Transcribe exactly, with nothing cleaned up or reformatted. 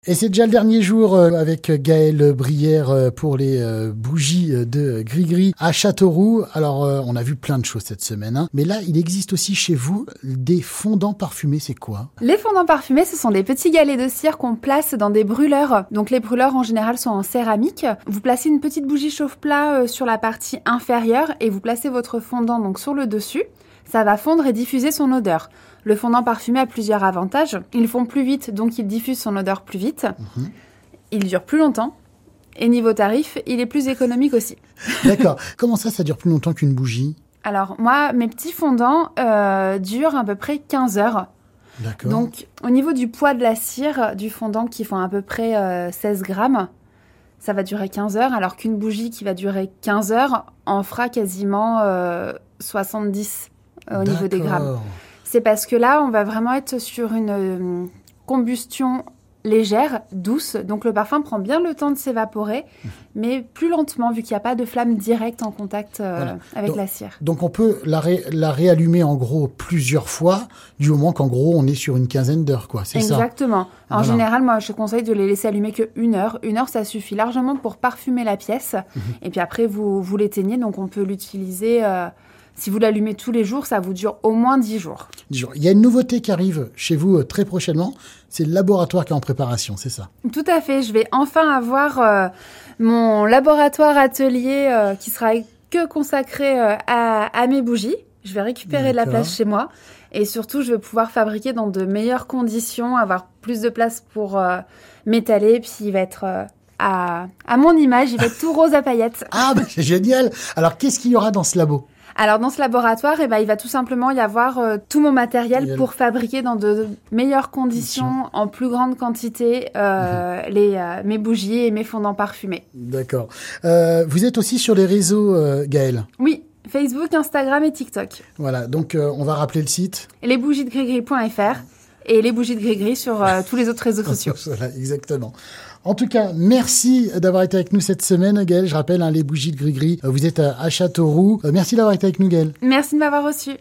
Et c'est déjà le dernier jour avec Gaël Brière pour les bougies de Gris-Gris à Châteauroux. Alors, on a vu plein de choses cette semaine, hein. Mais là, il existe aussi chez vous des fondants parfumés. C'est quoi? Les fondants parfumés, ce sont des petits galets de cire qu'on place dans des brûleurs. Donc, les brûleurs, en général, sont en céramique. Vous placez une petite bougie chauffe-plat sur la partie inférieure et vous placez votre fondant donc sur le dessus. Ça va fondre et diffuser son odeur. Le fondant parfumé a plusieurs avantages. Ils fond plus vite, donc il diffuse son odeur plus vite. Mmh. Il dure plus longtemps. Et niveau tarif, il est plus économique aussi. D'accord. Comment ça, ça dure plus longtemps qu'une bougie? Alors, moi, mes petits fondants euh, durent à peu près quinze heures. D'accord. Donc, au niveau du poids de la cire, du fondant qui font à peu près euh, seize grammes, ça va durer quinze heures, alors qu'une bougie qui va durer quinze heures en fera quasiment euh, soixante-dix au niveau des grammes. C'est parce que là, on va vraiment être sur une euh, combustion légère, douce. Donc, le parfum prend bien le temps de s'évaporer, mmh. mais plus lentement, vu qu'il n'y a pas de flamme directe en contact euh, voilà. avec donc, la cire. Donc, on peut la, ré- la réallumer, en gros, plusieurs fois, du moment qu'en gros, on est sur une quinzaine d'heures, quoi. C'est Exactement. ça? Exactement. En voilà. général, moi, je conseille de les laisser allumer qu'une heure. Une heure, ça suffit largement pour parfumer la pièce. Mmh. Et puis après, vous, vous l'éteignez. Donc, on peut l'utiliser... Euh, Si vous l'allumez tous les jours, ça vous dure au moins dix jours. dix jours. Il y a une nouveauté qui arrive chez vous très prochainement. C'est le laboratoire qui est en préparation, c'est ça? Tout à fait. Je vais enfin avoir euh, mon laboratoire atelier euh, qui sera que consacré euh, à, à mes bougies. Je vais récupérer D'accord. de la place chez moi. Et surtout, je vais pouvoir fabriquer dans de meilleures conditions, avoir plus de place pour euh, m'étaler. Puis il va être... Euh, à, à mon image, il va être tout rose à paillettes. Ah, bah, c'est génial! Alors, qu'est-ce qu'il y aura dans ce labo? Alors, dans ce laboratoire, eh ben, il va tout simplement y avoir euh, tout mon matériel Réel. pour fabriquer dans de meilleures conditions, en plus grande quantité, euh, mmh. les, euh, mes bougies et mes fondants parfumés. D'accord. Euh, vous êtes aussi sur les réseaux, euh, Gaël? Oui, Facebook, Instagram et TikTok. Voilà, donc euh, on va rappeler le site. les bougies de gris-gris point f r et les bougies de Gris-Gris sur euh, tous les autres réseaux sociaux. Voilà, exactement. En tout cas, merci d'avoir été avec nous cette semaine, Gaël. Je rappelle, hein, les bougies de Gris-Gris, vous êtes à, à Châteauroux. Euh, merci d'avoir été avec nous, Gaël. Merci de m'avoir reçu.